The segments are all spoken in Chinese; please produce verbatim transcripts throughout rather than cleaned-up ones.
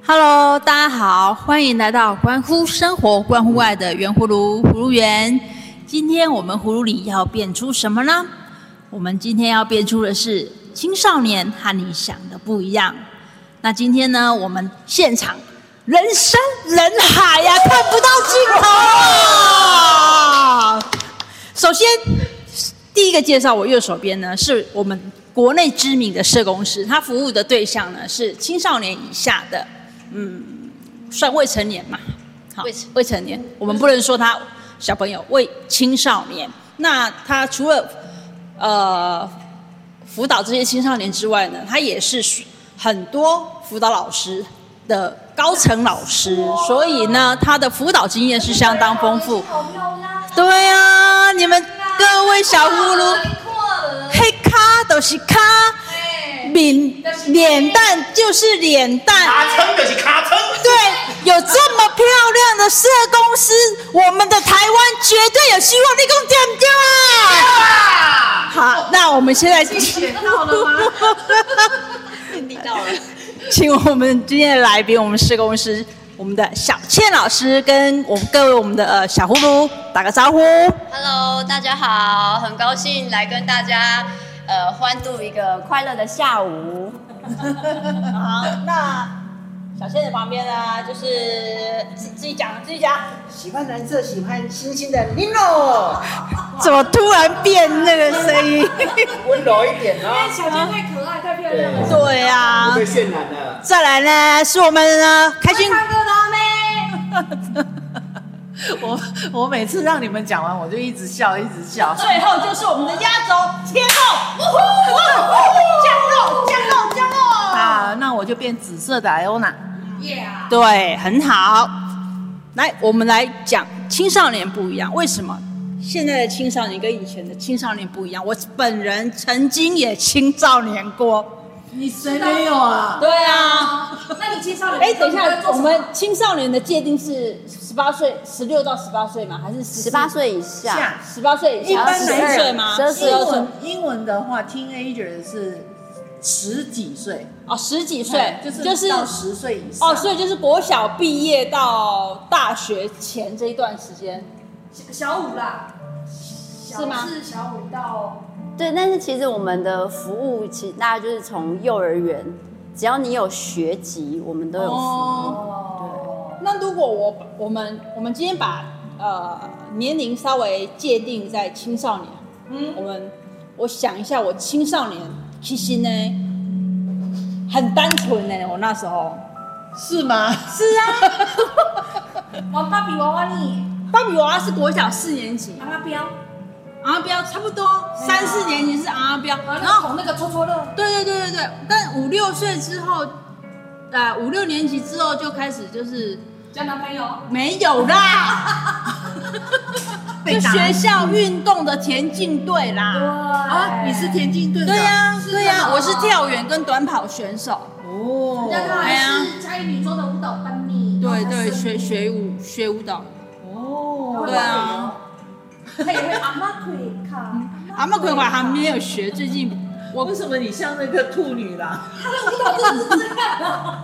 Hello， 大家好，欢迎来到关乎生活、关乎爱的圆葫芦葫芦园。今天我们葫芦里要变出什么呢？我们今天要变出的是青少年和你想的不一样。那今天呢，我们现场人山人海呀、啊，看不到尽头啊！首先，第一个介绍我右手边呢，是我们国内知名的社工师，他服务的对象呢是青少年以下的。嗯，算未成年嘛，好，未未成年，我们不能说他小朋友，未青少年。那他除了呃辅导这些青少年之外呢，他也是很多辅导老师的高层老师，所以呢，他的辅导经验是相当丰富。对啊，你们各位小葫芦，黑咖都是咖。脸脸蛋就是脸蛋， 卡称就是卡称。 对，有这么漂亮的社工师，我们的台湾绝对有希望。你讲对不对啊？好，那我们现在点到了吗？点到了。 请我们今天的来宾，我们社工师，我们的小倩老师，跟我们各位我们的呃小葫芦打个招呼。 Hello， 大家好，很高兴来跟大家。呃，欢度一个快乐的下午。 好，那小倩的旁边呢，就是自自己讲，自己讲。 喜欢蓝色，喜欢星星的 Lino。 怎么突然变那个声音？ 温柔一点哦。 因为小倩太可爱，太漂亮了。 对呀、啊。 不被渲染了。 再来呢，是我们呢开心。 唱歌的妹。 我我每次让你们讲完，我就一直笑，一直笑。 最后就是我们的压轴天后，降落，降落，降落。 啊，那我就变紫色的艾欧娜。 Yeah。 对，很好。来，我们来讲青少年不一样，为什么现在的青少年跟以前的青少年不一样？我本人曾经也青少年过。 你谁没有啊？ 对啊。 那你青少年？ 哎，等一下，我们青少年的界定是十八岁，十六到十八岁吗？还是十八岁以下？ 十八岁以下， 一般十二岁吗？ 十二岁。 英文英文的话 ，teenager 是十几岁。 哦，十几岁， 就是就是到十岁以上。 哦，所以就是国小毕业到大学前这一段时间。 小五啦。 是吗？ 是小五到。 对，但是其实我们的服务其实大概就是从幼儿园，只要你有学籍，我们都有服务。 哦，对。那如果我我们我们今天把呃年龄稍微界定在青少年，嗯，我们我想一下，我青少年其实呢很单纯呢，我那时候是吗？ 是啊。 玩芭比娃娃你？ 芭比娃娃是国小四年级。 阿标。 阿标差不多三四年级是阿标， 然后从那个戳戳乐。 对对对对对，但五六岁之后，呃五六年级之后就开始就是交男朋友？ 没有啦，就学校运动的田径队啦。 对啊，你是田径队的？ 对呀对呀，我是跳远跟短跑选手。 哦， 人家他还是嘉义女中的舞蹈班呢。 对对，学学舞学舞蹈。 哦， 对啊。 他也会阿妈腿卡， 阿妈腿卡还没有学，最近我为什么你像那个兔女郎？ 他的舞蹈真的是这样。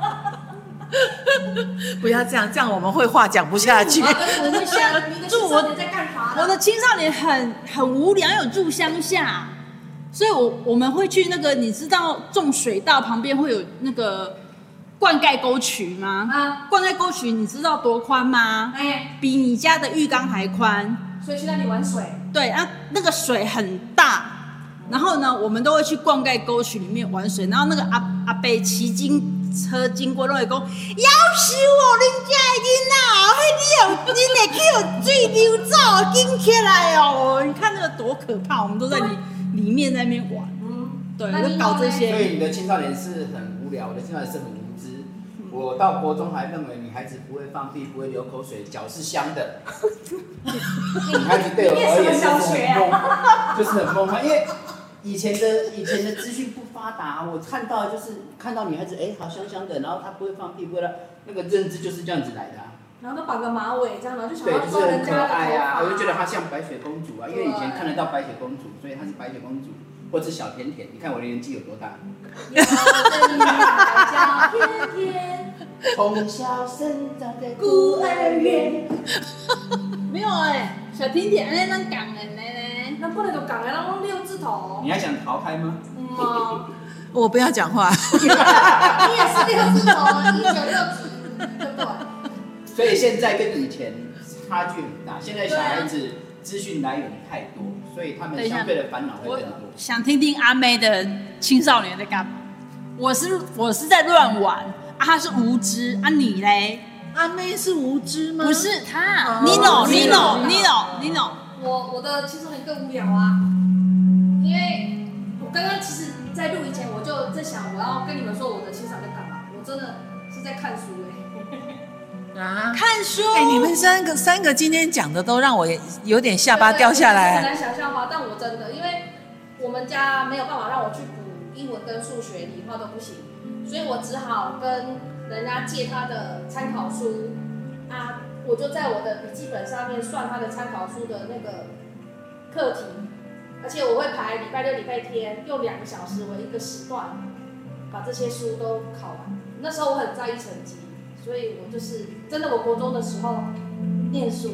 不要这样，这样我们会话讲不下去。 我们现在你的青少年在干啥？ 我的青少年很很无聊，有住乡下，所以我我们会去那个，你知道种水稻旁边会有那个灌溉沟渠吗？啊，灌溉沟渠你知道多宽吗？哎，比你家的浴缸还宽。 所以去那里玩水。 对啊，那个水很大，然后呢，我们都会去灌溉沟渠里面玩水，然后那个阿阿伯骑金车经过都会讲，夭寿哦，恁家的囡仔，迄你有，你会去有水流走，紧起来哦！你看那个多可怕，我们都在里里面在那边玩，嗯，对，就搞这些。 所以你的青少年是很无聊，我的青少年是很无知。我到国中还认为女孩子不会放屁，不会流口水，脚是香的。女孩子对我而言就是很懵，就是很懵嘛，因为以前的以前的资讯不发达，我看到就是看到女孩子哎、欸、好香香的，然后她不会放屁，不会那个认知就是这样子来的、啊。 然后都绑个马尾这样，然后就想对， 要就是很可爱啊，我就觉得她她像白雪公主啊，因为以前看得到白雪公主，所以她是白雪公主。或者小甜甜，你看我的年纪有多大？ 有的女孩叫甜甜， 从小生长在孤儿院。 没有哎，小甜甜安尼咱讲的呢， 那不能就讲的，咱讲六字头。 你还想逃开吗？ 嗯啊， 我不要讲话。 你也是六字头，一九六几，对不对？ 所以现在跟以前差距很大，现在小孩子资讯来源太多，所以他们相对的烦恼会更多。 想听听阿妹的青少年在干嘛？我是我是在乱玩啊，他是无知啊，你嘞？ 阿妹是无知吗？ 不是他哦 ，Nino 是 Nino Nino Nino， 我我的青少年更无聊啊，因为我刚刚其实，在录以前我就在想，我要跟你们说我的青少年干嘛，我真的是在看书哎、 啊， 看书。 哎、你们三个三个今天讲的都让我有点下巴掉下很来。 难想象吧？但我真的，因为我们家没有办法让我去补英文跟数学、理化都不行，所以我只好跟人家借他的参考书啊，我就在我的笔记本上面算他的参考书的那个课题，而且我会排礼拜六、礼拜天，用两个小时为一个时段，把这些书都考完。那时候我很在意成绩，所以我就是真的，我国中的时候念书，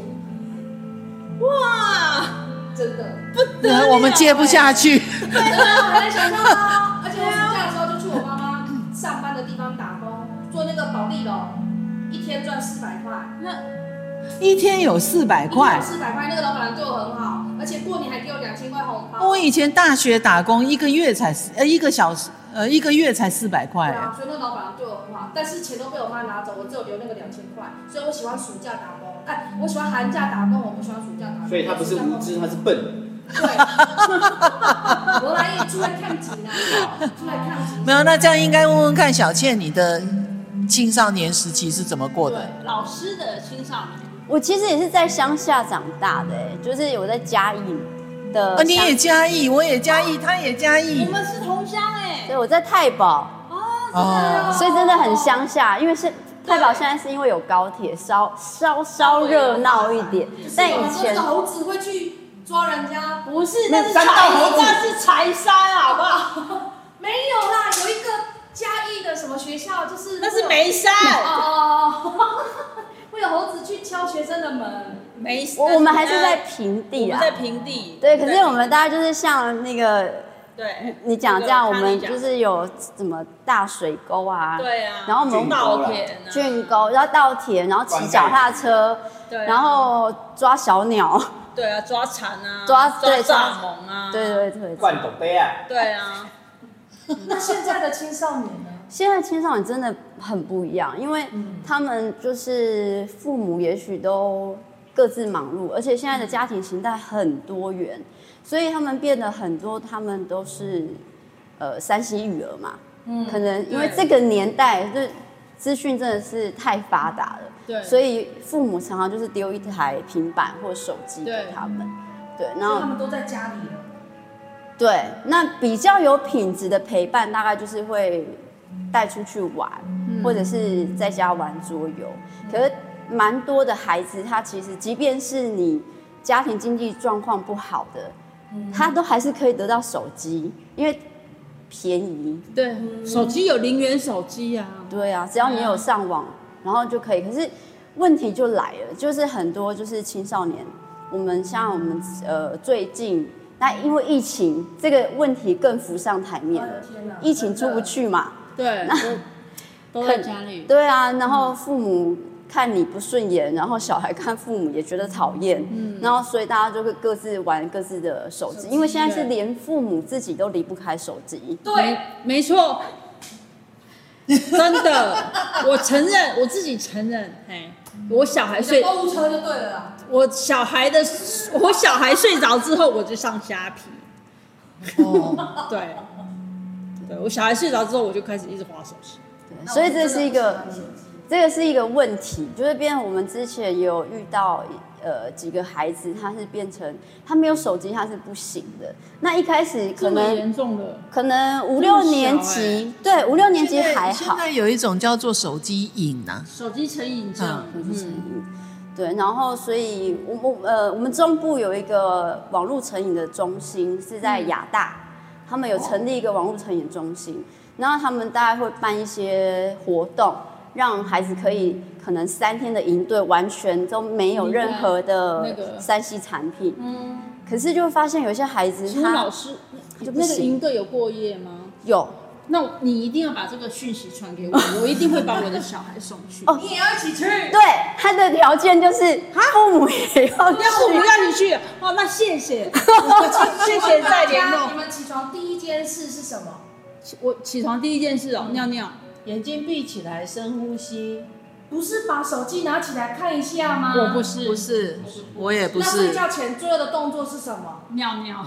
哇， 真的。 不得了， 我们接不下去。 真的很难想象啊！而且我暑假的时候就去我妈妈上班的地方打工，做那个保利龙，一天赚四百块。 那一天有四百块。 四百块，那个老板娘对我很好，而且过年还给我两千块红包。 我以前大学打工，一个月才呃一个小时呃一个月才四百块。 对啊，所以那个老板娘对我很好，但是钱都被我妈拿走，我只有留那个两千块。所以我喜欢暑假打工，哎，我喜欢寒假打工，我不喜欢暑假打工。 所以他不是无知，他是笨。 对，我来出来看景啊，出来看景。 没有，那这样应该问问看小倩，你的青少年时期是怎么过的？ 对老师的青少年， 我其实也是在乡下长大的、欸，就是我在嘉义的。 哦，你也嘉义，我也嘉义，他也嘉义。 我们是同乡哎。 对，我在太保。 哦， 所以真的很乡下，因为是太保现在是因为有高铁，稍稍稍热闹一点，但以前那个猴子会去抓人家， 不是， 那那是柴， 山道猴子那是柴山，好不好？ 没有啦，有一个嘉义的什么学校，就是那是眉山， 哦哦哦，会有猴子去敲学生的门。 眉山。 我我们还是在平我地啦， 们在平地。 对，可是我们大概就是像那个对你讲这样，我们那个看你讲就是有什么大水沟啊， 对啊， 然后我们稻田啊， 郡沟，然后稻田，然后骑脚踏车， 对啊， 然后抓小鸟， 对啊，抓蝉啊， 抓抓对抓蚱蜢啊， 对对对。 灌斗杯啊， 对啊， 那现在的青少年呢？ 现在青少年真的很不一样，因为他们就是父母也许都各自忙碌，而且现在的家庭形态很多元，所以他们变得很多，他们都是呃三 C 育儿嘛，嗯，可能因为这个年代就是资讯真的是太发达了， 对， 所以父母常常就是丢一台平板或手机给他们，对，然后他们都在家里了。 对，那比较有品质的陪伴，大概就是会带出去玩，嗯、或者是在家玩桌游。嗯、可是蛮多的孩子，他其实即便是你家庭经济状况不好的，嗯、他都还是可以得到手机，因为便宜。 对，手机有零元手机啊。 对啊，只要你有上网，然后就可以。可是问题就来了，就是很多就是青少年，我们像我们呃最近。那因为疫情这个问题更浮上台面了，疫情出不去嘛， 对，那都在家里。 对啊，然后父母看你不顺眼，然后小孩看父母也觉得讨厌，嗯，然后所以大家就会各自玩各自的手机，因为现在是连父母自己都离不开手机。 对， 没错，真的，我承认，我自己承认，哎，我小孩睡购物车就对了啦。 我小孩的，我小孩睡着之后，我就上虾皮。哦，对，对我小孩睡着之后，我就开始一直滑手机。 对，所以这是一个，这个是一个问题，就是变成我们之前也有遇到呃几个孩子，他是变成他没有手机他是不行的。那一开始可能严重的， 可能五六年级，欸、对五六年级还好。 现在有一种叫做手机瘾啊， 手机成瘾症， 手机成瘾。对，然后所以我我呃我们中部有一个网络成瘾的中心是在亚大，嗯、他们有成立一个网络成瘾中心，然后他们大概会办一些活动， 让孩子可以可能三天的营队完全都没有任何的三 C 产品。嗯，可是就会发现有些孩子他老师那个营队有过夜吗？ 有。 那你一定要把这个讯息传给我，我一定会把我的小孩送去。 哦， 你也要一起去？ 对，他的条件就是父母也要去。 要父母让你去，哦，那谢谢，谢谢再联络。 你们起床第一件事是什么？ 我起床第一件事哦，尿尿， 眼睛闭起来，深呼吸。 不是把手机拿起来看一下吗？ 我不是， 不是，我也不是。 那睡觉前最后的动作是什么？ 尿尿。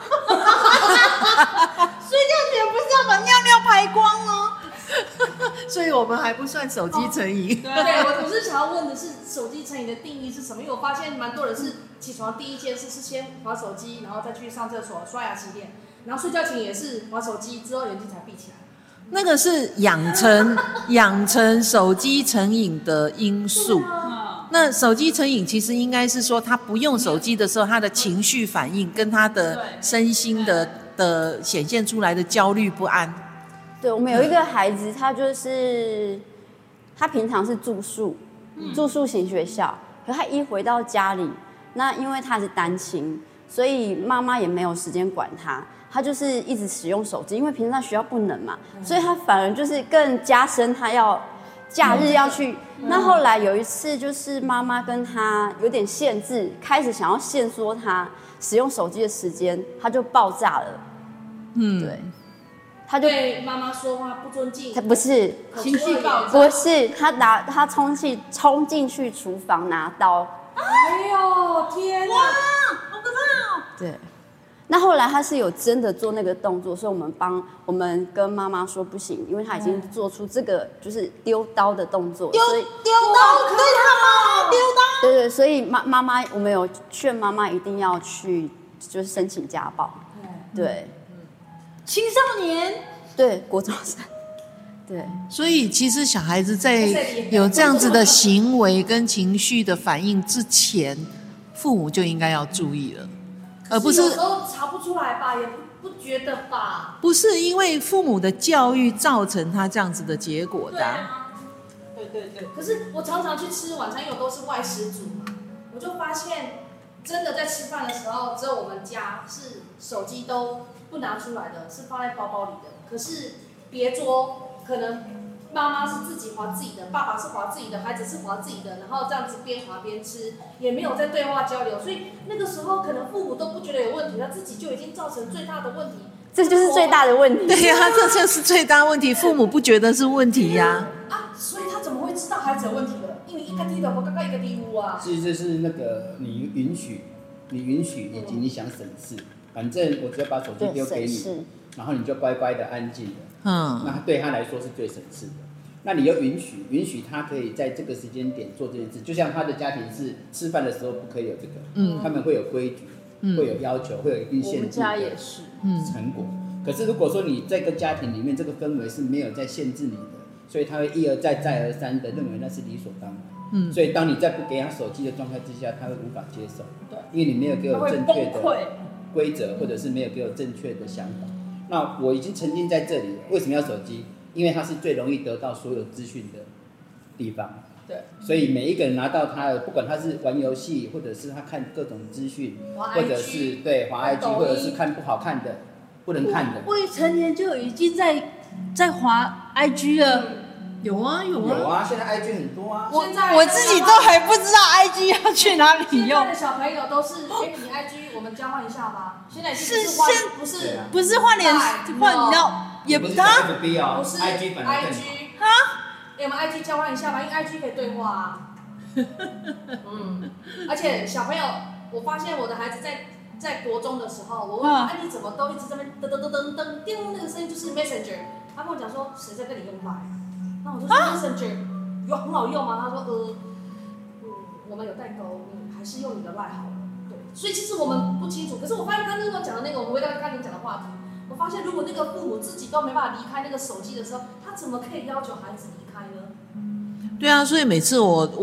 睡觉前不是要把尿尿排光吗？ 所以我们还不算手机成瘾。 对，我我是想要问的是手机成瘾的定义是什么？因为我发现蛮多人是起床第一件事是先滑手机，然后再去上厕所、刷牙、洗脸，然后睡觉前也是滑手机，之后眼睛才闭起来。 那个是养成养成手机成瘾的因素。那手机成瘾其实应该是说，他不用手机的时候，他的情绪反应跟他的身心的的显现出来的焦虑不安。 对，我们有一个孩子，他就是他平常是住宿，住宿型学校，可他一回到家里，那因为他是单亲，所以妈妈也没有时间管他。他就是一直使用手机，因为平常在学校不能嘛，所以他反而就是更加深他要假日要去。那后来有一次，就是妈妈跟他有点限制，开始想要限缩他使用手机的时间，他就爆炸了。嗯，对，他就对妈妈说话不尊敬。 他不是情绪爆炸， 不是他拿他冲去冲进去厨房拿刀。 哎呦天哪， 好可怕哦！ 对。那后来他是有真的做那个动作，所以我们帮我们跟妈妈说不行，因为他已经做出这个就是丢刀的动作， 丢所以丢刀对他妈丢刀。 对对，所以妈妈妈我们有劝妈妈一定要去就是申请家暴。对， 青少年对国中生，对， 所以其实小孩子在有这样子的行为跟情绪的反应之前，父母就应该要注意了。而不是有时候查不出来吧，也不不觉得吧？ 不是因为父母的教育造成他这样子的结果的、啊。 对对对。可是我常常去吃晚餐，因为都是外食族嘛，我就发现真的在吃饭的时候，只有我们家是手机都不拿出来的，是放在包包里的。可是别桌可能妈妈是自己滑自己的，爸爸是滑自己的，孩子是滑自己的，然后这样子边滑边吃，也没有在对话交流，所以那个时候可能父母都不觉得有问题，他自己就已经造成最大的问题。 这就是最大的问题。 对呀、啊，这就是最大问题，父母不觉得是问题呀、 啊。啊，所以他怎么会知道孩子有问题的？因为一个低头，我刚刚一个低屋啊。 其实这是那个你允许，你允许以及你想审视，反正我只要把手机丢给你，然后你就乖乖的、安静的。嗯，那对他来说是最省事的。那你又允许允许他可以在这个时间点做这件事，就像他的家庭是吃饭的时候不可以有这个，嗯，他们会有规矩，嗯、会有要求，会有一定限制的成果。嗯、可是如果说你这个家庭里面这个氛围是没有在限制你的，所以他会一而再再而三的认为那是理所当然。嗯，所以当你在不给他手机的状态之下，他会无法接受，对，因为你没有给我正确的规则，或者是没有给我正确的想法。那我已经沉浸在这里了，为什么要手机？因为它是最容易得到所有资讯的地方，对，所以每一个人拿到他的，不管他是玩游戏，或者是他看各种资讯，或者是对滑 I G， 或者是看不好看的、不能看的， 未成年就已经在在滑 I G 了。 有啊有啊有啊，现在 I G 很多啊。 我我自己都还不知道 I G 要去哪里用。 现在的小朋友都是，哎，你 I G 我们交换一下吧。现在是换不是不是换脸换你要也不是他 F B 哦， 不是 I G 本来更好。 啊， 我们 I G 交换一下吧，因为 I G 可以对话啊。嗯，而且小朋友，我发现我的孩子在在国中的时候，我问他，哎，你怎么都一直在那边噔噔噔噔噔叮那个声音就是 Messenger， 他跟我讲说谁在跟你用 Line。那我就说 Messenger 有很好用吗？他说呃，嗯，我们有代沟，你还是用你的 Line 好了。对，所以其实我们不清楚。可是我发现刚刚讲的那个，我们回到刚刚你讲的话题，我发现如果那个父母自己都没办法离开那个手机的时候，他怎么可以要求孩子离开呢？ 对啊，所以每次我我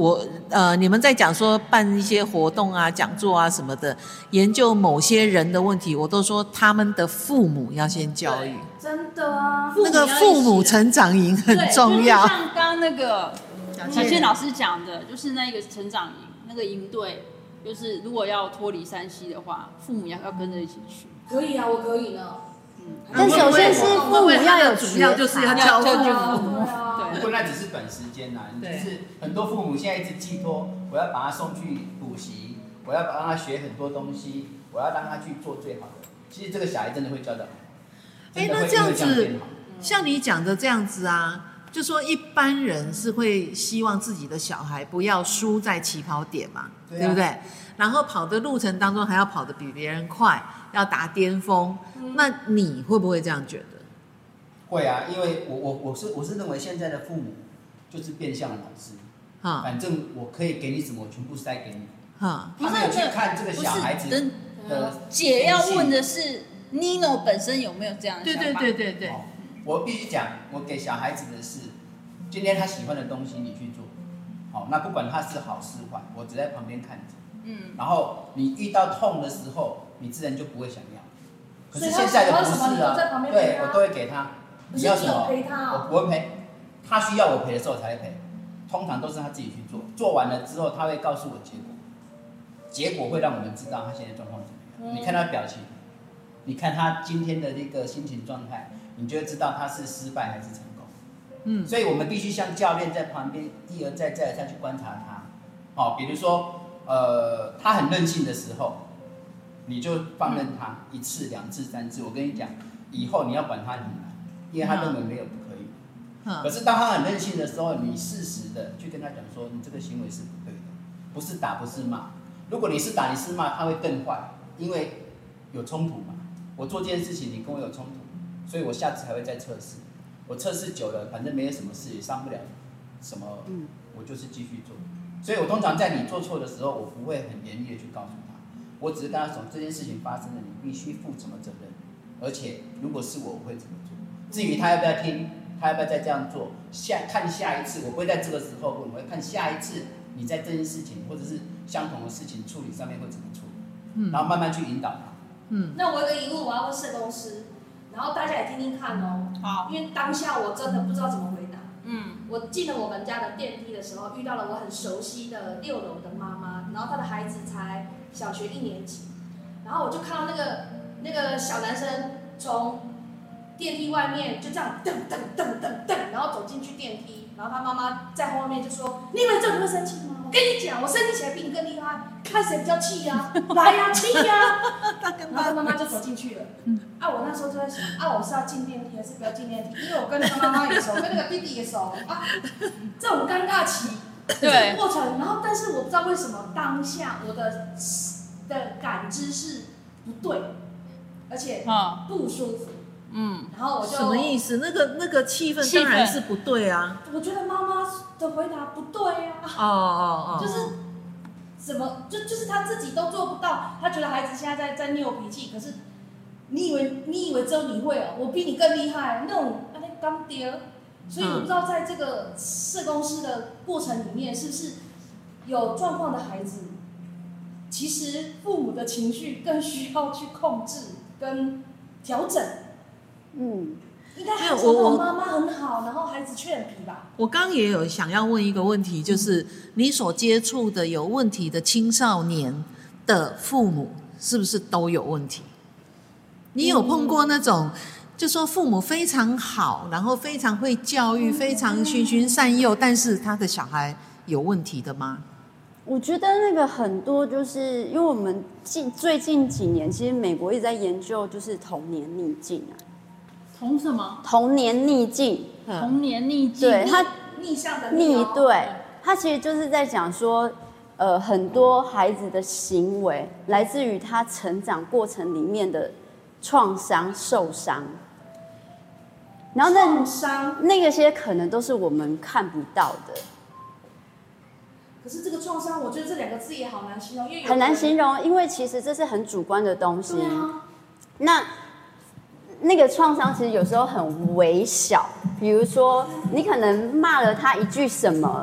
呃，你们在讲说办一些活动啊、讲座啊什么的，研究某些人的问题，我都说他们的父母要先教育。 真的啊， 那个父母成长营很重要。 就像刚刚那个小倩老师讲的，就是那个成长营，那个营队，就是如果要脱离山西的话，父母要要跟着一起去。 可以啊，我可以呢。 但首先是父母要有主要就是要教父母。 不过那只是短时间啦，就是很多父母现在一直寄托，我要把他送去补习，我要让他学很多东西，我要让他去做最好的。其实这个小孩真的会教得好。 哎，那这样子，像你讲的这样子啊，就说一般人是会希望自己的小孩不要输在起跑点嘛，对, 啊、对不对？然后跑的路程当中还要跑得比别人快，要达巅峰。嗯、那你会不会这样觉得？ 会啊，因为我我我是我是认为现在的父母就是变相的老师，啊，反正我可以给你什么，我全部塞给你。啊，他没有去看这个小孩子的。 呃、姐要问的是 Nino 本身有没有这样的想法？ 对对对对对。 哦、我必须讲，我给小孩子的是，今天他喜欢的东西你去做，好、哦，那不管他是好是坏，我只在旁边看着。嗯。然后你遇到痛的时候，你自然就不会想要。可是现在的不是啊，对我都会给他。你要什么？我不会陪，他需要我陪的时候才会陪，通常都是他自己去做，做完了之后他会告诉我结果，结果会让我们知道他现在状况怎么样。嗯、你看他表情，你看他今天的这个心情状态，你就会知道他是失败还是成功。嗯，所以我们必须像教练在旁边一而再再而三去观察他。好、哦，比如说，呃，他很任性的时候，你就放任他一次、两次、三次。我跟你讲，以后你要管他很难。因为他认为没有不可以，嗯、可是当他很任性的时候，你适时的去跟他讲说，你这个行为是不对的，不是打不是骂。如果你是打你是骂，他会更坏，因为有冲突嘛。我做这件事情，你跟我有冲突，所以我下次还会再测试。我测试久了，反正没有什么事，也伤不了什么，嗯、我就是继续做。所以我通常在你做错的时候，我不会很严厉的去告诉他，我只是跟他说这件事情发生了，你必须负什么责任，而且如果是我，我会怎么做。至于他要不要听，他要不要再这样做，下看下一次，我不会在这个时候问，我会看下一次你在这件事情或者是相同的事情处理上面会怎么处理，嗯、然后慢慢去引导他。 嗯，那我有个疑问，我要问社工师，然后大家也听听看哦。好，因为当下我真的不知道怎么回答。嗯，我进了我们家的电梯的时候，遇到了我很熟悉的六楼的妈妈，然后她的孩子才小学一年级，然后我就看到那个那个小男生从电梯外面就这样噔噔噔噔噔，然后走进去电梯，然后他妈妈在后面就说：“你以为这你会生气吗？我跟你讲，我生气起来比你更厉害，看谁比较气呀、啊，来呀、啊，气呀、啊！”然后他妈妈就走进去了。啊，我那时候就在想，啊，我是要进电梯还是不要进电梯？因为我跟那个妈妈也熟，跟那个弟弟也熟啊，这种尴尬期对过程，然后但是我不知道为什么当下我的的感知是不对，而且不舒服。嗯，然后我就什么意思？那个那个气氛当然是不对啊。 我觉得妈妈的回答不对啊。 哦哦哦， 就是怎么就就是他自己都做不到，他觉得孩子现在在在拗脾气，可是你以为你以为只有你会哦，我比你更厉害，那种那刚爹，所以我不知道在这个社工师的过程里面，是不是有状况的孩子，其实父母的情绪更需要去控制跟调整。嗯，应该还有我妈妈很好，然后孩子却很皮吧。 我刚刚也有想要问一个问题，就是你所接触的有问题的青少年的父母，是不是都有问题？你有碰过那种，就说父母非常好，然后非常会教育，非常循循善诱，但是他的小孩有问题的吗？ 我觉得那个很多就是因为我们近最近几年，其实美国一直在研究就是童年逆境啊。 童什么？ 童年逆境。 童年逆境。 对，他逆向的逆，对，他其实就是在讲说，呃，很多孩子的行为来自于他成长过程里面的创伤、受伤，然后那伤那个些可能都是我们看不到的。 可是这个创伤，我觉得这两个字也好难形容，因为很难形容，因为其实这是很主观的东西。 对啊， 那。那个创伤其实有时候很微小，比如说你可能骂了他一句什么，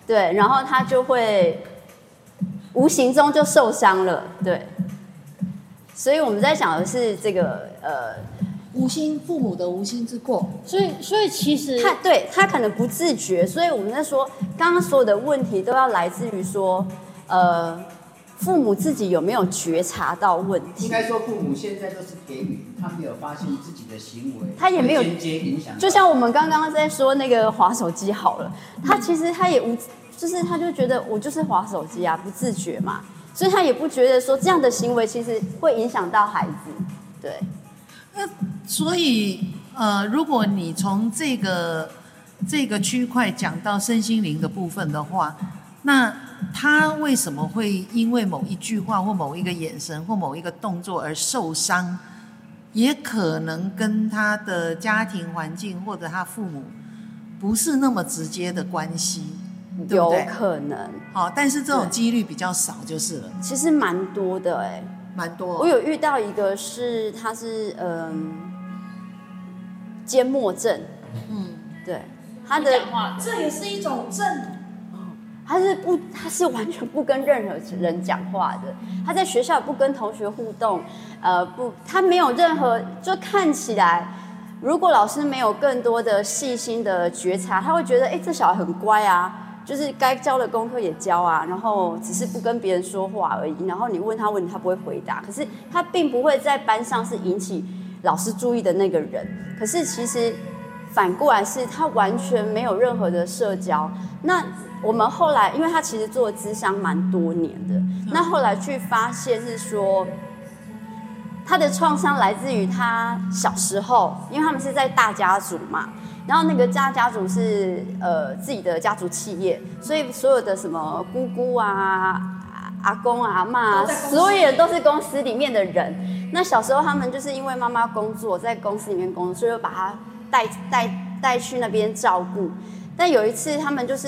对，然后他就会无形中就受伤了，对。所以我们在讲的是这个呃， 无心父母的无心之过， 所以所以其实他对他可能不自觉，所以我们在说刚刚所有的问题都要来自于说呃。父母自己有没有觉察到问题？ 应该说，父母现在都是给予，他没有发现自己的行为， 他也没有间接影响。 就像我们刚刚在说那个滑手机好了，他其实他也无，就是他就觉得我就是滑手机啊，不自觉嘛，所以他也不觉得说这样的行为其实会影响到孩子。对， 那所以呃，如果你从这个这个区块讲到身心灵的部分的话，那他为什么会因为某一句话或某一个眼神或某一个动作而受伤，也可能跟他的家庭环境或者他父母不是那么直接的关系，对不对？ 有可能。 好，但是这种几率比较少就是了。 其实蛮多的哎、欸， 蛮多、哦。 我有遇到一个是，他是嗯缄默症，嗯，对，他的讲话这也是一种症。 他是不，他是完全不跟任何人讲话的。他在学校不跟同学互动，呃，不，他没有任何，就看起来，如果老师没有更多的细心的觉察，他会觉得，哎，这小孩很乖啊，就是该教的功课也教啊，然后只是不跟别人说话而已。然后你问他问题，他不会回答，可是他并不会在班上是引起老师注意的那个人。可是其实反过来是他完全没有任何的社交。那我们后来，因为他其实做諮商蛮多年的，那后来去发现是说，他的创伤来自于他小时候，因为他们是在大家族嘛，然后那个大家族是呃自己的家族企业，所以所有的什么姑姑啊、阿公啊、阿嬷啊，所有人都是公司里面的人。那小时候他们就是因为妈妈工作在公司里面工作，所以就把他带带带去那边照顾。但有一次他们就是。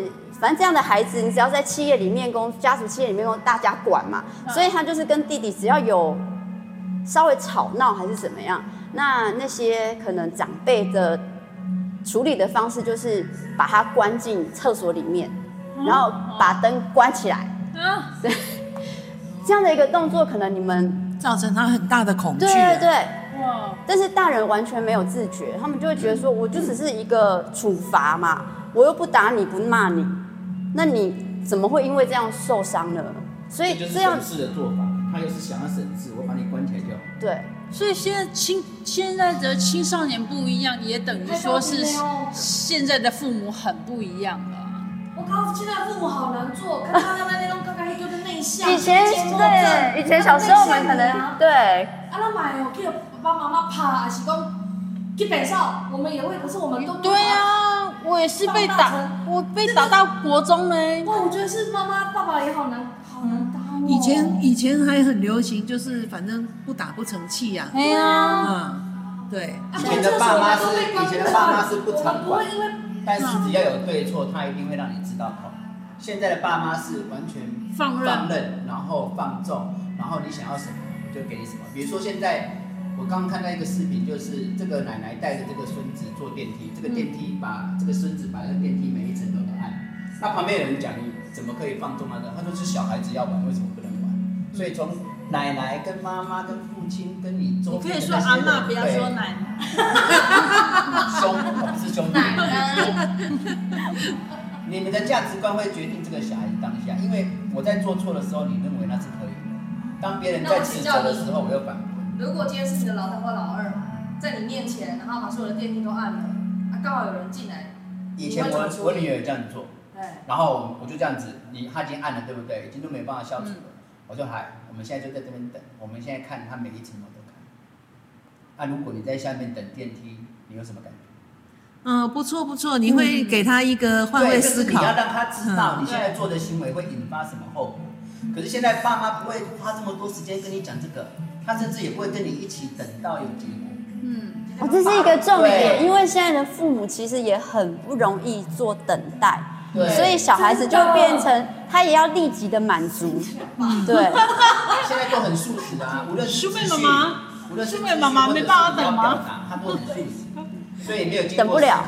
反正这样的孩子，你只要在企业里面工，家族企业里面工，大家管嘛，所以他就是跟弟弟只要有稍微吵闹还是怎么样，那那些可能长辈的处理的方式就是把他关进厕所里面，然后把灯关起来。对，这样的一个动作，可能你们造成他很大的恐惧、啊。 对对对。哇！但是大人完全没有自觉，他们就会觉得说，我就只是一个处罚嘛，我又不打你，不骂你。那你怎么会因为这样受伤呢？所以这样就是省事的做法，他又是想要省事，我把你关起来就好。 对， 所以现在青现在的青少年不一样，也等于说是现在的父母很不一样了。 我靠，现在父母好难做，看他那那种刚刚就是内向。 以前对，以前小时候我们可能对。 啊，那买哦，叫爸爸妈妈拍，还是讲去北少，我们也会，可是我们都对呀、啊，我也是被打，我被打到国中嘞。 哇，我觉得是妈妈爸爸也好难，好难当哦。 以前以前还很流行，就是反正不打不成器呀、啊。 哎呀， 嗯，对。 以前的爸妈是以前的爸妈是不常管， 因为但是只要有对错，他一定会让你知道哦。现在的爸妈是完全放任， 放任，然后放纵，然后你想要什么我就给你什么。比如说现在。我刚刚看到一个视频，就是这个奶奶带着这个孙子坐电梯，这个电梯把这个孙子把这个电梯每一层都能按。那旁边有人讲你怎么可以放纵他呢？他说是小孩子要玩，为什么不能玩？所以从奶奶跟妈妈跟父亲跟你周边的那些人， 你可以说阿嬷，不要说奶奶。 兄，我不是兄弟。你们的价值观会决定这个小孩子当下，因为我在做错的时候，你认为那是可以的；当别人在指责的时候，我又反。 如果今天是你的老大或老二在你面前，然后把所有的电梯都按了，啊，刚好有人进来， 以前我我女儿也这样做，然后我就这样子，你她已经按了，对不对？已经都没有办法消除了，嗯、我就还，我们现在就在这边等，我们现在看她每一层楼都看。啊，如果你在下面等电梯，你有什么感觉？ 嗯，不错不错，你会给他一个换位思考。 你要让他知道你现在做的行为会引发什么后果。可是现在爸妈不会花这么多时间跟你讲这个。他甚至也不会跟你一起等到有结果。嗯， 哦，这是一个重点，因为现在的父母其实也很不容易做等待，所以小孩子就变成他也要立即的满足。嗯，对。 现在都很速食啊，无论是书妹妈妈， 无论是书妹妈妈没办法等吗？ 他都很速食，所以没有经过等不了。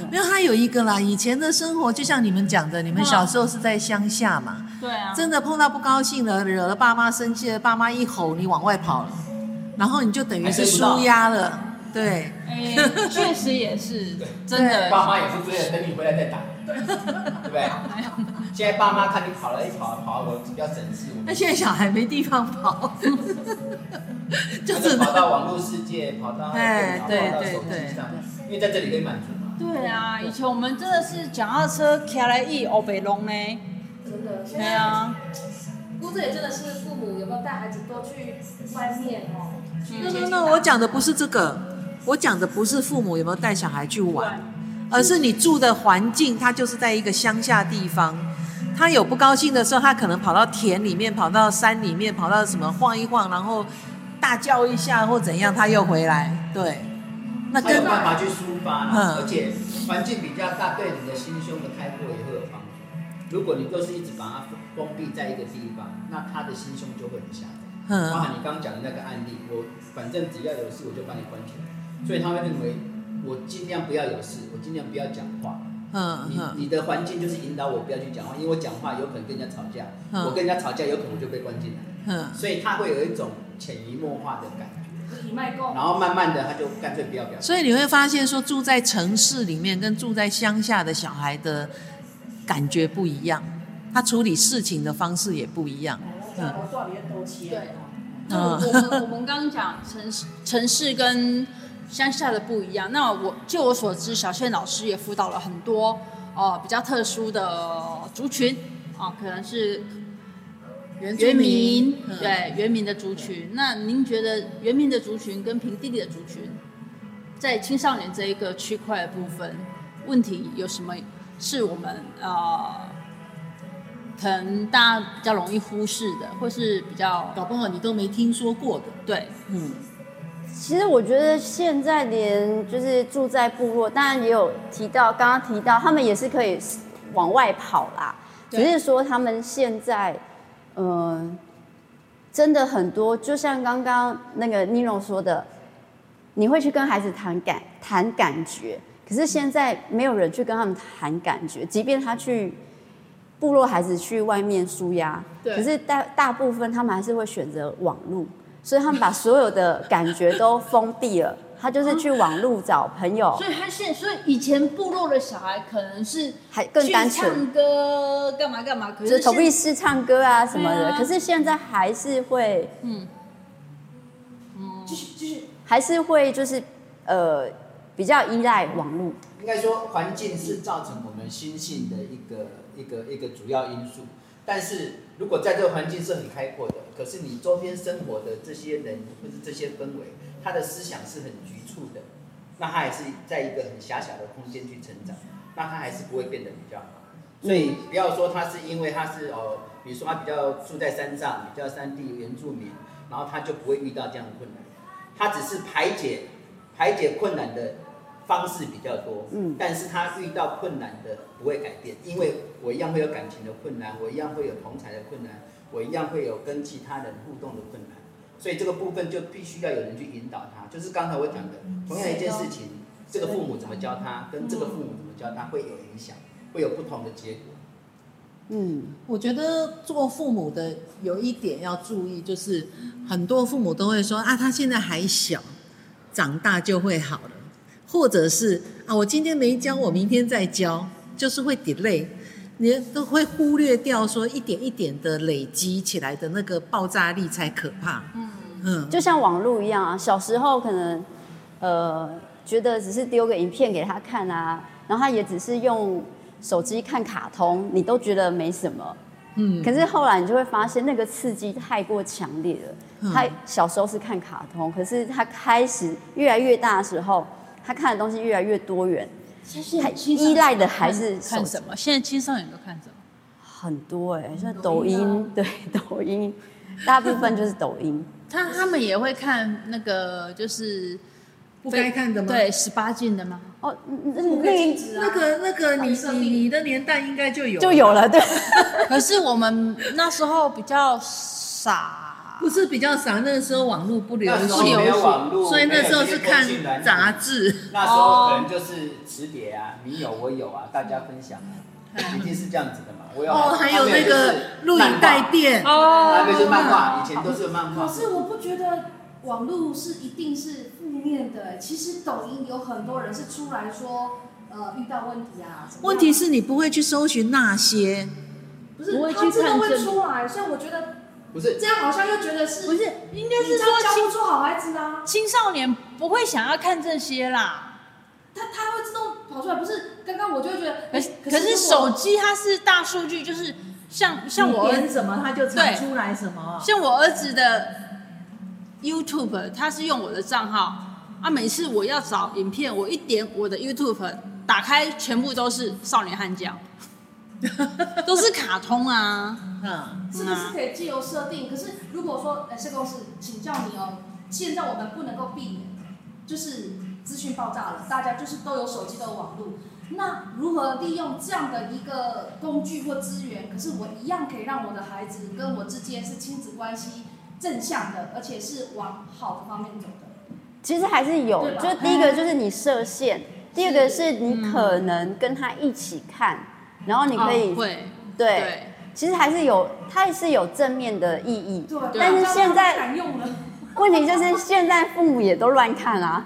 没有，他有一个啦。以前的生活就像你们讲的，你们小时候是在乡下嘛， 对啊， 真的碰到不高兴了，惹了爸妈生气了，爸妈一吼，你往外跑了，然后你就等于是舒压了，对。 哎，确实也是，真的。 爸妈也是追着等你回来再打，对不对？现在爸妈看你跑了，一跑跑，我比较省事。 那现在小孩没地方跑， 就是跑到网络世界，跑到哎，对跑到手机上，因为在这里可以满足嘛。 对啊，以前我们真的是脚踏车骑来一欧北龙呢， 真的。 对啊。 不过这也真的是父母有没有带孩子多去外面哦。 那那那，我讲的不是这个，我讲的不是父母有没有带小孩去玩，而是你住的环境，它就是在一个乡下地方。他有不高兴的时候，他可能跑到田里面，跑到山里面，跑到什么晃一晃，然后大叫一下或怎样，他又回来。对， 那跟他有办法去抒发，嗯，而且环境比较大，对你的心胸的开阔也会有帮助。如果你都是一直把它封闭在一个地方，那他的心胸就会很狭窄。嗯，包含你刚刚讲的那个案例，我反正只要有事我就把你关起来，所以他会认为我尽量不要有事，我尽量不要讲话。嗯，你你的环境就是引导我不要去讲话，因为我讲话有可能跟人家吵架，嗯、我跟人家吵架有可能就被关进来，嗯，所以他会有一种潜移默化的感觉，然后慢慢的他就干脆不要表达。 所以你会发现说，住在城市里面跟住在乡下的小孩的感觉不一样，他处理事情的方式也不一样。 嗯，对，那我们我们刚刚讲城市城市跟乡下的不一样。那我就我所知，小倩老师也辅导了很多呃比较特殊的族群啊、呃，可能是原民，嗯、对原民的族群。那您觉得原民的族群跟平地里的族群，在青少年这一个区块的部分，问题有什么是我们呃可能大家比较容易忽视的，或是比较搞不好你都没听说过的？ 对，嗯。 其实我觉得现在连就是住在部落，当然也有提到，刚刚提到他们也是可以往外跑啦，只是说他们现在，嗯、呃，真的很多，就像刚刚那个妮蓉说的，你会去跟孩子谈感谈感觉，可是现在没有人去跟他们谈感觉，即便他去部落孩子去外面抒压，可是大大部分他们还是会选择网路。所以他们把所有的感觉都封闭了，他就是去网路找朋友。 所以他现所以以前部落的小孩可能是还更单纯， 唱歌干嘛干嘛，可是投币式唱歌啊什么的。啊、可是现在还是会，嗯，嗯，继续继续，还是会就是呃比较依赖网路。 应该说环境是造成我们心性的一个一个一个主要因素。但是如果在这个环境是很开阔的，可是你周边生活的这些人或是这些氛围，他的思想是很局促的，那他还是在一个很狭小的空间去成长，那他还是不会变得比较好。所以不要说他是因为他是哦，比如说他比较住在山上，比较山地原住民，然后他就不会遇到这样的困难，他只是排解排解困难的方式比较多，嗯，但是他遇到困难的不会改变，因为我一样会有感情的困难，我一样会有同侪的困难，我一样会有跟其他人互动的困难，所以这个部分就必须要有人去引导他。就是刚才我讲的，同样一件事情，这个父母怎么教他，跟这个父母怎么教他会有影响，会有不同的结果。 嗯，我觉得做父母的有一点要注意，就是很多父母都会说啊，他现在还小，长大就会好了。或者是啊，我今天没教，我明天再教，就是会 delay， 你都会忽略掉说一点一点的累积起来的那个爆炸力才可怕。嗯嗯，就像网络一样啊，小时候可能呃觉得只是丢个影片给他看啊，然后他也只是用手机看卡通，你都觉得没什么。嗯，可是后来你就会发现那个刺激太过强烈了。嗯、他小时候是看卡通，可是他开始越来越大的时候。他看的东西越来越多元，他依赖的还是看什么？现在青少年都看什么？ 很多哎、欸，像抖音，对抖音，大部分就是抖音。 他他们也会看那个，就是不该看的吗？ 对，十八禁的吗？ 哦，那那个那个你你你的年代应该就有就有了，对。 可是我们那时候比较傻。 不是比较少，那个时候网络不流那时候行， 没有网络， 所以那时候是看杂志。 那时候可能就是磁碟啊，你有我有啊，大家分享啊，一定是这样子的嘛。我有哦，还有那个录影带店哦， 那个是漫画，以前都是漫画。 可是我不觉得网络是一定是负面的，其实抖音有很多人是出来说，呃，遇到问题啊。 问题是你不会去搜寻那些， 不是它自动会出来，所以我觉得不是这样，好像又觉得是不是应该是说教不出好孩子啊。 青少年不会想要看这些啦。 它它会自动跑出来，不是？刚刚我就会觉得， 可是可是手机它是大数据，就是像像我点什么它就传出来什么。 像我儿子的 YouTube， 他是用我的账号啊，每次我要找影片，我一点我的 YouTube 打开，全部都是少年悍将，都是卡通啊。 嗯， 这个是可以自由设定，可是如果说，哎，社工师，请教你哦，现在我们不能够避免，就是资讯爆炸了，大家就是都有手机都有网络，那如何利用这样的一个工具或资源？可是我一样可以让我的孩子跟我之间是亲子关系正向的，而且是往好的方面走的。 其实还是有，就第一个就是你设限，第二个是你可能跟他一起看，然后你可以、 哦、会对。 对其实还是有，它也是有正面的意义， 对， 但是现在敢用了。 问题就是现在父母也都乱看啊，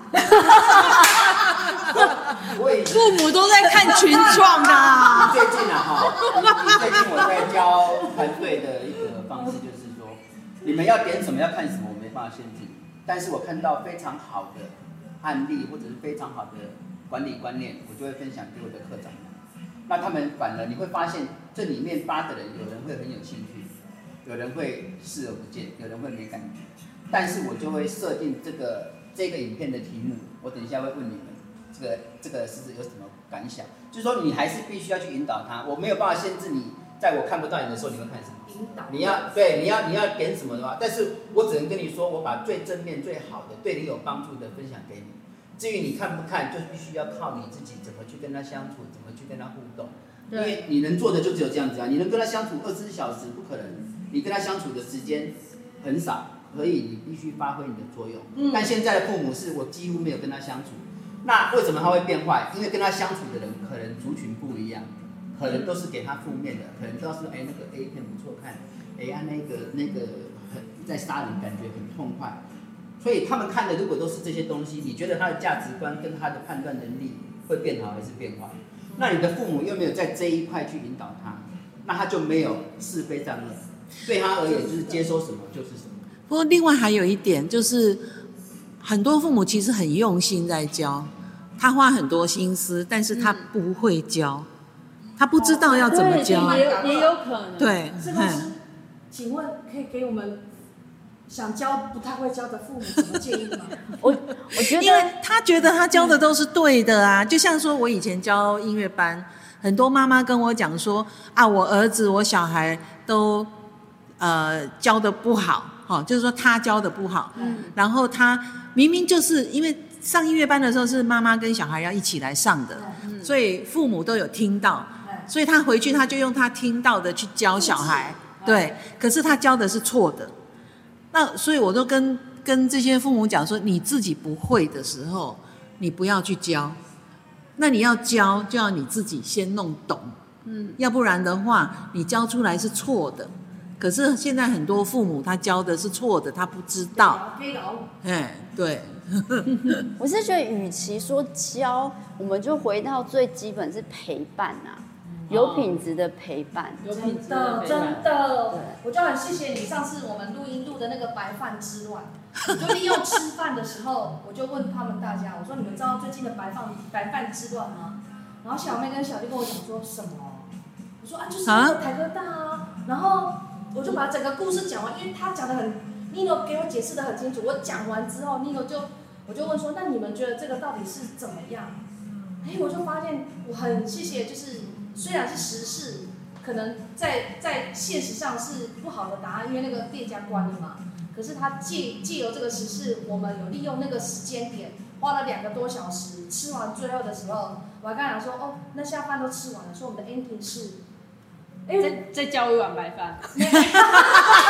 父母都在看群创的、啊。 最近啊哈，最近我在教团队的一个方式就是说，你们要点什么要看什么，我没办法限制你，但是我看到非常好的案例或者是非常好的管理观念，我就会分享给我的课长。那他们反而你会发现，这里面八个人，有人会很有兴趣，有人会视而不见，有人会没感觉。但是我就会设定这个这个影片的题目，我等一下会问你们，这个这个是有什么感想？就是说你还是必须要去引导他，我没有办法限制你，在我看不到你的时候，你会看什么？ 引导。 你要对，你要你要点什么的话，但是我只能跟你说，我把最正面、最好的、对你有帮助的分享给你。至于你看不看，就必须要靠你自己怎么去跟他相处，怎么去跟他互动。因为你能做的就只有这样子啊，你能跟他相处二十四小时不可能，你跟他相处的时间很少，所以你必须发挥你的作用。嗯、但现在的父母是我几乎没有跟他相处，那为什么他会变坏？因为跟他相处的人可能族群不一样，可能都是给他负面的，可能都是哎那个 A 片不错看，哎啊那个那个很在杀人感觉很痛快。所以他们看的如果都是这些东西，你觉得他的价值观跟他的判断能力会变好还是变坏？那你的父母又没有在这一块去引导他，那他就没有是非善恶，对他而言就是接收什么就是什么。 不过另外还有一点就是，很多父母其实很用心在教，他花很多心思，但是他不会教，嗯、他不知道要怎么教， 也有也有可能。 对， 这个是，请问可以给我们想教不太会教的父母什么建议吗？ 我我觉得， 因为他觉得他教的都是对的啊，就像说我以前教音乐班，很多妈妈跟我讲说啊，我儿子我小孩都呃教的不好，哦，就是说他教的不好，嗯，然后他明明就是因为上音乐班的时候是妈妈跟小孩要一起来上的，嗯、所以父母都有听到，所以他回去他就用他听到的去教小孩，对，可是他教的是错的。那所以我都跟跟这些父母讲说，你自己不会的时候，你不要去教。那你要教，就要你自己先弄懂，嗯，要不然的话，你教出来是错的。可是现在很多父母他教的是错的，他不知道。哎，对。 我是觉得，与其说教，我们就回到最基本是陪伴啊。有品质的陪伴， 有品质的真的，我就很谢谢你上次我们录音录的那个白饭之乱，我就利用吃饭的时候，我就问他们大家，我说你们知道最近的白饭白饭之乱吗？然后小妹跟小弟跟我讲说什么？我说啊，就是那个台哥大啊，然后我就把整个故事讲完，因为他讲的很 ，Nino 给我解释的很清楚，我讲完之后 ，Nino 就我就问说，那你们觉得这个到底是怎么样？哎，我就发现我很谢谢，就是。虽然是时事，可能在在现实上是不好的答案，因为那个店家关了嘛。可是他借借由这个时事，我们有利用那个时间点，花了两个多小时，吃完最后的时候，我还跟他讲说，哦，那下饭都吃完了，说我们的 ending 是， 哎，再再叫一碗白饭。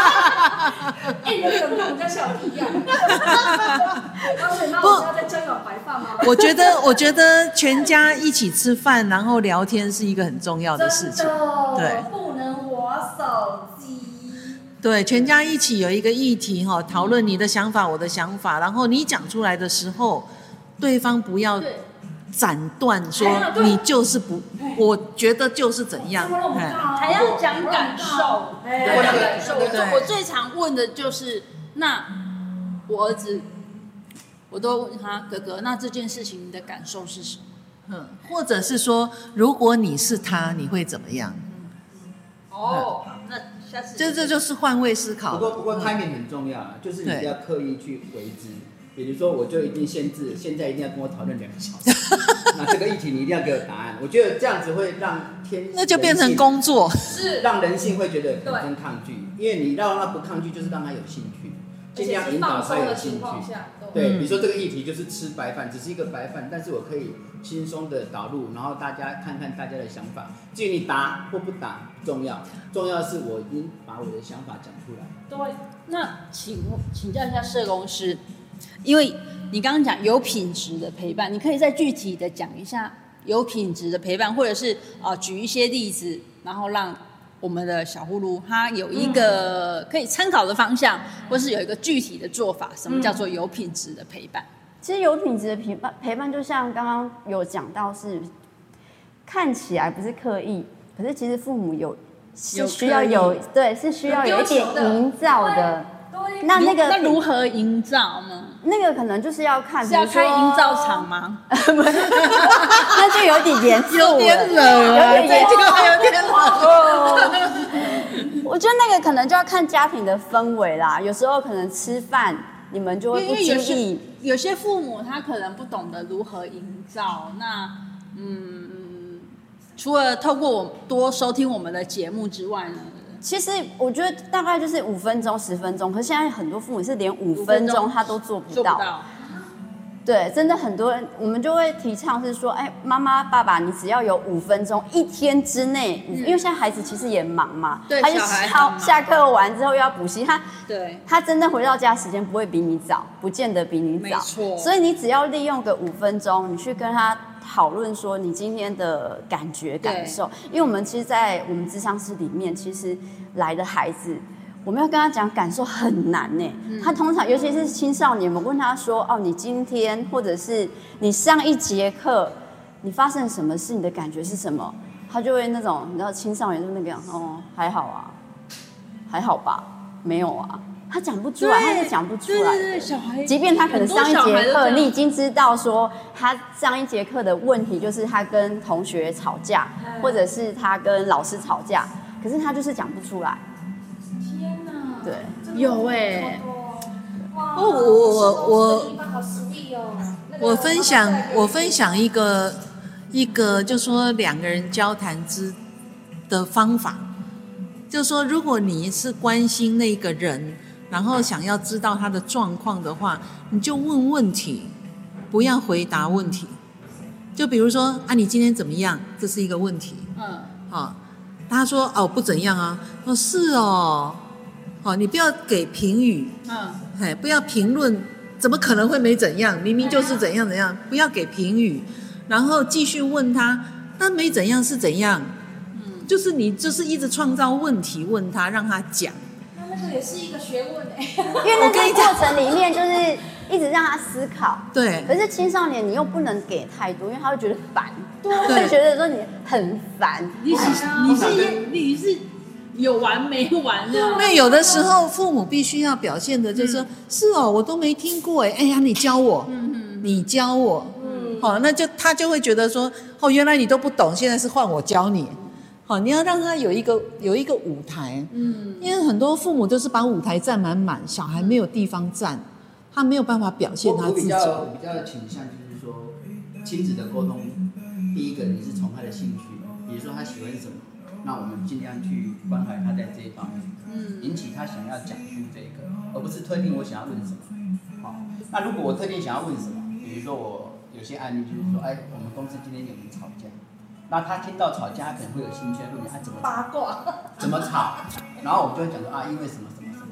哎，你的梗跟我们家小弟一样。高雪，那我们要在交友白饭吗？ 我觉得，我觉得全家一起吃饭，然后聊天是一个很重要的事情。对， 不能滑手机。 对，全家一起有一个议题哈，讨论你的想法，我的想法，然后你讲出来的时候，对方不要斩断说你就是不，我觉得就是怎样， 还要讲感受。 我的感受，我最常问的就是，那我儿子，我都问他哥哥，那这件事情你的感受是什么？ 嗯，或者是说，如果你是他，你会怎么样？ 哦，那下次这这就是换位思考。 不过不过 timing 很重要啊，就是你不要刻意去为之。比如说，我就一定限制，现在一定要跟我讨论两个小时，那这个议题你一定要给我答案。我觉得这样子会让天那就变成工作， 是让人性会觉得很生抗拒，因为你让他不抗拒，就是让他有兴趣，尽量引导他有兴趣。对，比如说这个议题就是吃白饭，只是一个白饭，但是我可以轻松的导入，然后大家看看大家的想法。至于你答或不答不重要，重要的是我已经把我的想法讲出来。 对，那请请教一下社工师。因为你刚刚讲有品质的陪伴，你可以再具体的讲一下有品质的陪伴，或者是呃举一些例子，然后让我们的小呼噜他有一个可以参考的方向，或是有一个具体的做法。什么叫做有品质的陪伴？ 其实有品质的陪伴，陪伴就像刚刚有讲到是，看起来不是刻意，可是其实父母有是需要有对是需要有一点营造的。那那个那如何营造呢？ 那个可能就是要看， 是要开营造厂吗？ 那就有点严肃了， 有点冷啊， 有点严肃， 有点冷。 我觉得那个可能就要看家庭的氛围啦。有时候可能吃饭，你们就会不经意。 有些父母他可能不懂得如何营造。那嗯，除了透过我多收听我们的节目之外呢？ 其实我觉得大概就是五分钟、十分钟，可是现在很多父母是连五分钟他都做不到。做不到。对，真的很多人，我们就会提倡是说，哎，妈妈、爸爸，你只要有五分钟，一天之内，嗯、因为现在孩子其实也忙嘛， 对， 他就下下课完之后又要补习，他对， 他真的回到家时间不会比你早，不见得比你早，没错。 所以你只要利用个五分钟，你去跟他讨论说你今天的感觉感受，因为我们其实，在我们諮商室里面，其实来的孩子。我们要跟他讲感受很难呢、嗯，他通常尤其是青少年，我们问他说：“哦，你今天或者是你上一节课，你发生什么事？你的感觉是什么？”他就会那种，你知道青少年就那个样，哦，还好啊，还好吧，没有啊，他讲不出来，他是讲不出来的。 对对对，小孩， 即便他可能上一节课，你已经知道说他上一节课的问题就是他跟同学吵架，或者是他跟老师吵架，可是他就是讲不出来。对， 有哎、欸， 哇， 我我我好实力哦。 我分享我分享一个一个，就说两个人交谈之的方法，就说如果你是关心那个人，然后想要知道他的状况的话，你就问问题，不要回答问题。就比如说啊，你今天怎么样？这是一个问题。嗯，好、哦，他说哦不怎样啊，哦是哦。哦，你不要给评语，嗯，嘿，不要评论，怎么可能会没怎样？明明就是怎样怎样，不要给评语，然后继续问他，那没怎样是怎样？嗯，就是你就是一直创造问题问他，让他讲。 那那个也是一个学问哎、欸， 因为那个过程里面就是一直让他思考， 对。 可是青少年你又不能给太多，因为他会觉得烦，对，会觉得说你很烦。 你是你是你是。有完没完的？ 因为有的时候父母必须要表现的就是说、嗯、是哦，我都没听过哎，哎呀，你教我，嗯嗯，你教我，嗯，好、哦，那就他就会觉得说，哦，原来你都不懂，现在是换我教你，好、哦，你要让他有一个有一个舞台，嗯，因为很多父母就是把舞台占满满，小孩没有地方站，他没有办法表现他自己。 我比较我比较倾向就是说，亲子的沟通，第一个你是从他的兴趣，比如说他喜欢什么。那我们尽量去关怀他在这一方面，嗯，引起他想要讲出这个，而不是特定我想要问什么。好、哦，那如果我特定想要问什么，比如说我有些案例就是说，哎，我们公司今天有人吵架，那他听到吵架，他可能会有兴趣问你，他、啊、怎么八卦， 怎么吵？然后我就会讲说啊，因为什么什么什么。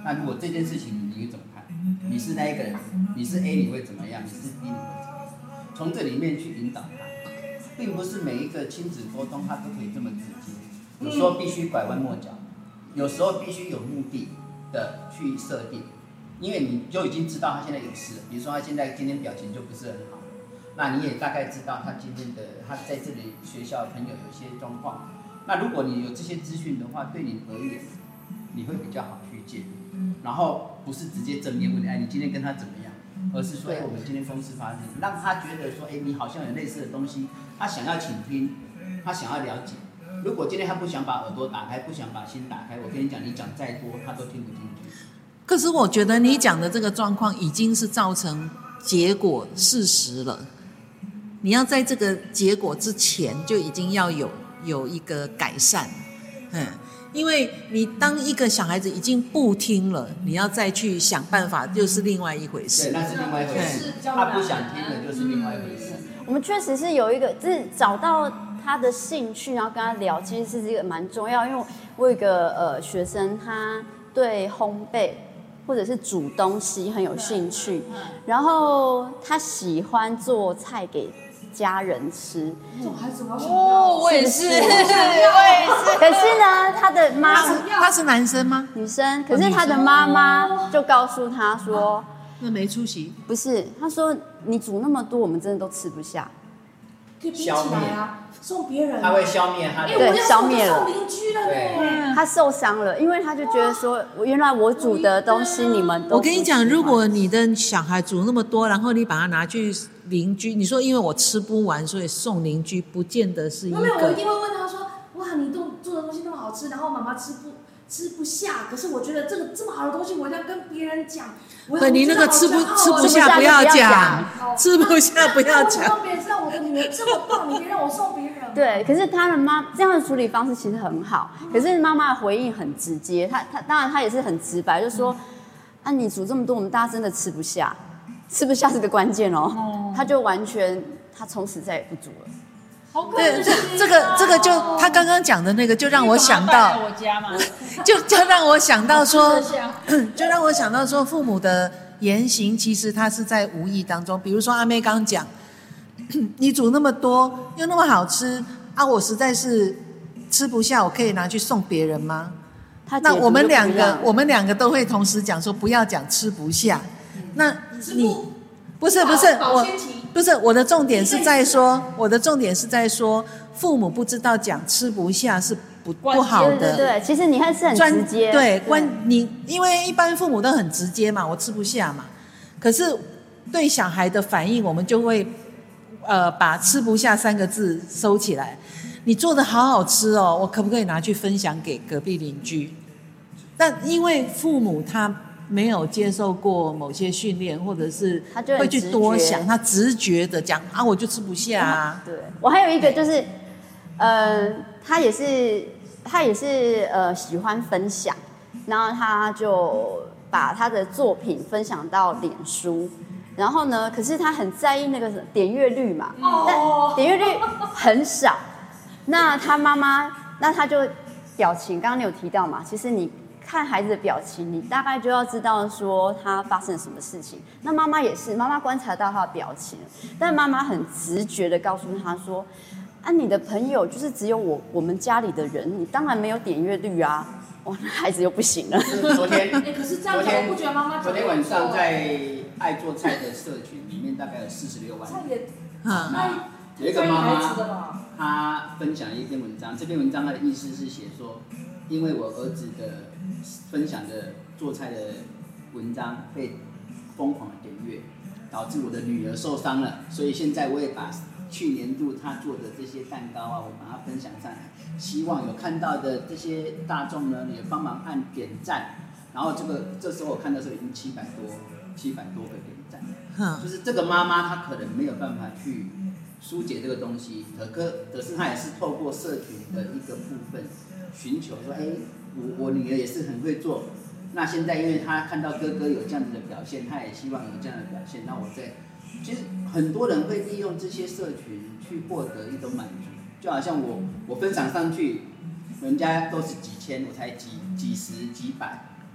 那如果这件事情你会怎么看？你是那一个人，你是 A 你会怎么样？你是 B 你会怎么样？从这里面去引导他，并不是每一个亲子沟通他都可以这么直接，有时候必须拐弯抹角，有时候必须有目的的去设定，因为你就已经知道他现在有事了，比如说他现在今天表情就不是很好，那你也大概知道他今天的他在这里学校朋友有一些状况，那如果你有这些资讯的话，对你而言你会比较好去介入，然后不是直接正面问你，哎，你今天跟他怎么样？而是说，哎，我们今天公司发生，让他觉得说，哎，你好像有类似的东西，他想要倾听，他想要了解。如果今天他不想把耳朵打开，不想把心打开，我跟你讲，你讲再多，他都听不进去。 可是我觉得你讲的这个状况已经是造成结果事实了，你要在这个结果之前就已经要有有一个改善，嗯。因为你当一个小孩子已经不听了，你要再去想办法，就是另外一回事。 对，那是另外一回事。他不想听的，就是另外一回事。 我们确实是有一个，就是找到他的兴趣，然后跟他聊，其实是这个蛮重要。因为我有一个呃学生，他对烘焙或者是煮东西很有兴趣，然后他喜欢做菜给家人吃。 这种孩子我要想要， 哦，我也是，我也是。 可是呢，他的妈他是他是男生吗？ 女生，可是他的妈妈就告诉他说， 那没出息。 不是，他说你煮那么多，我们真的都吃不下。 可以冰起来啊，送别人。 他会消灭他的， 对，消灭了。 送邻居了呢。 他受伤了，因为他就觉得说，原来我煮的东西你们都。 我跟你讲，如果你的小孩煮那么多，然后你把它拿去邻居，你说因为我吃不完，所以送邻居，不见得是一个。 没有，我一定会问他说：“哇，你都做的东西那么好吃，然后妈妈吃不吃不下，可是我觉得这个这么好的东西，我要跟别人讲。” 对，你那个吃不吃不下不要讲，吃不下不要讲。 让别人知道我的女儿这么棒，你别让我送别人。 对，可是他的妈这样的处理方式其实很好，可是妈妈的回应很直接，他他当然他也是很直白，就说：“啊，你煮这么多，我们大家真的吃不下，吃不下是个关键哦。哦”他就完全他从此再也不煮了。 对，这这个这个就他刚刚讲的那个，就让我想到， 我家嘛， 就就让我想到说，就让我想到说，父母的言行其实他是在无意当中。比如说阿妹刚讲，你煮那么多又那么好吃啊，我实在是吃不下，我可以拿去送别人吗？那我们两个，我们两个都会同时讲说，不要讲吃不下。那你不是不是我。不是，我的重点是在说，我的重点是在说，父母不知道讲吃不下是不不好的。 对对对，其实你还是很直接。 对，关你，因为一般父母都很直接嘛，我吃不下嘛。可是对小孩的反应，我们就会呃把吃不下三个字收起来。你做的好好吃哦，我可不可以拿去分享给隔壁邻居？但因为父母他没有接受过某些训练，或者是会去多想，他直觉的讲啊，我就吃不下啊。 对，我还有一个就是，呃，他也是他也是呃喜欢分享，然后他就把他的作品分享到脸书，然后呢，可是他很在意那个点阅率嘛，但点阅率很少。那他妈妈，那他就表情，刚刚你有提到嘛，其实你。看孩子的表情，你大概就要知道说他发生了什么事情。那妈妈也是，妈妈观察到他的表情，但妈妈很直觉的告诉他说：“啊，你的朋友就是只有我我们家里的人，你当然没有点阅率啊。”哇，那孩子又不行了。 昨天， 哎，可是这样讲，我不觉得妈妈。 昨天晚上在爱做菜的社群里面，大概有四十六万。 菜也， 那有一个妈妈，她分享一篇文章，这篇文章她的意思是写说，因为我儿子的。分享的做菜的文章被疯狂的点阅，导致我的女儿受伤了，所以现在我也把去年度她做的这些蛋糕啊，我把它分享上来，希望有看到的这些大众呢，也帮忙按点赞。然后这个这时候我看到时候已经七百多七百多个点赞，嗯，就是这个妈妈她可能没有办法去疏解这个东西，可可可是她也是透过社群的一个部分寻求说，哎。我我女儿也是很会做，那现在因为她看到哥哥有这样子的表现，她也希望有这样的表现。那我在，其实很多人会利用这些社群去获得一种满足，就好像我我分享上去，人家都是几千，我才几几十几百，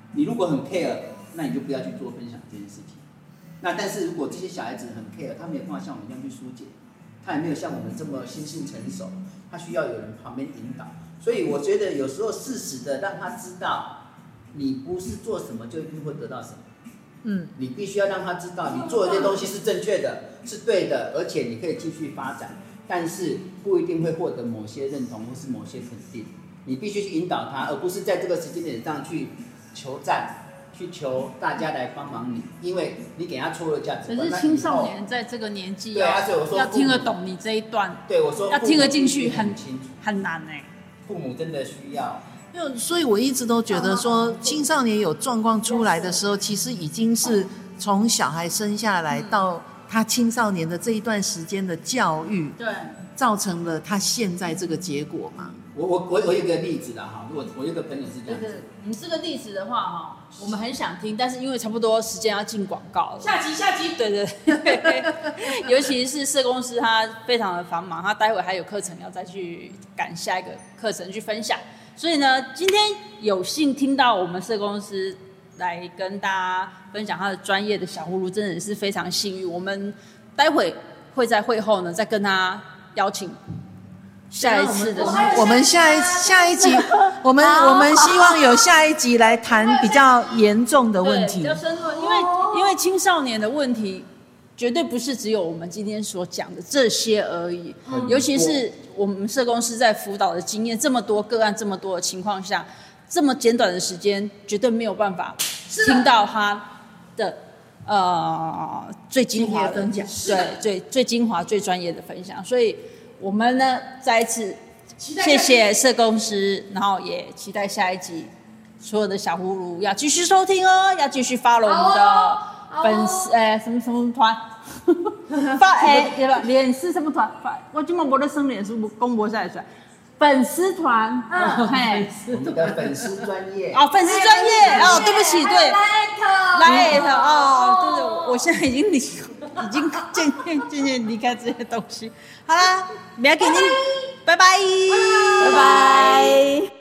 你如果很 care， 那你就不要去做分享这件事情。那但是如果这些小孩子很 care， 他没有办法像我们一样去疏解，他也没有像我们这么心性成熟，他需要有人旁边引导。所以我觉得有时候适时的让他知道，你不是做什么就一定会得到什么。嗯，你必须要让他知道，你做的这些东西是正确的，是对的，而且你可以继续发展，但是不一定会获得某些认同或是某些肯定。你必须去引导他，而不是在这个时间点上去求赞，去求大家来帮忙你，因为你给他错了价值观。 可是青少年在这个年纪， 对啊，所以我说要听得懂你这一段， 对我说要听得进去很清楚， 很难哎、欸。 父母真的需要。 所以我一直都觉得说，青少年有状况出来的时候，其实已经是从小孩生下来到他青少年的这一段时间的教育， 对， 造成了他现在这个结果嘛。 我我我我有一个例子啦哈，我我有一个朋友是这样子。 对对，你这个例子的话哈，我们很想听，但是因为差不多时间要进广告了。 下集下集。 对对对，尤其是社公司他非常的繁忙，他待会还有课程要再去赶下一个课程去分享。所以呢，今天有幸听到我们社公司来跟大家分享他的专业的小葫芦，真的是非常幸运。我们待会会在会后呢，再跟他邀请下一次的时候， 我们下一下一集，我们我们希望有下一集来谈比较严重的问题， 比较深入，因为因为青少年的问题。绝对不是只有我们今天所讲的这些而已，尤其是我们社工师在辅导的经验，这么多个案，这么多的情况下，这么简短的时间，绝对没有办法听到他的呃最精华的分享，对，最最精华、最专业的分享。所以我们呢，再一次谢谢社工师，然后也期待下一集所有的小葫芦要继续收听哦，要继续 follow 我们的。粉丝诶、欸，什么什么团？发诶，对吧？脸是什么团？发我今晚我的生脸书公布下来出来。粉丝团，嗯，嘿， 我们的粉丝专业。 哦，粉丝专业哦，对不起，对，来头哦，对对，我现在已经离，已经渐渐渐渐离开这些东西。好啦，不要紧，拜拜，拜拜。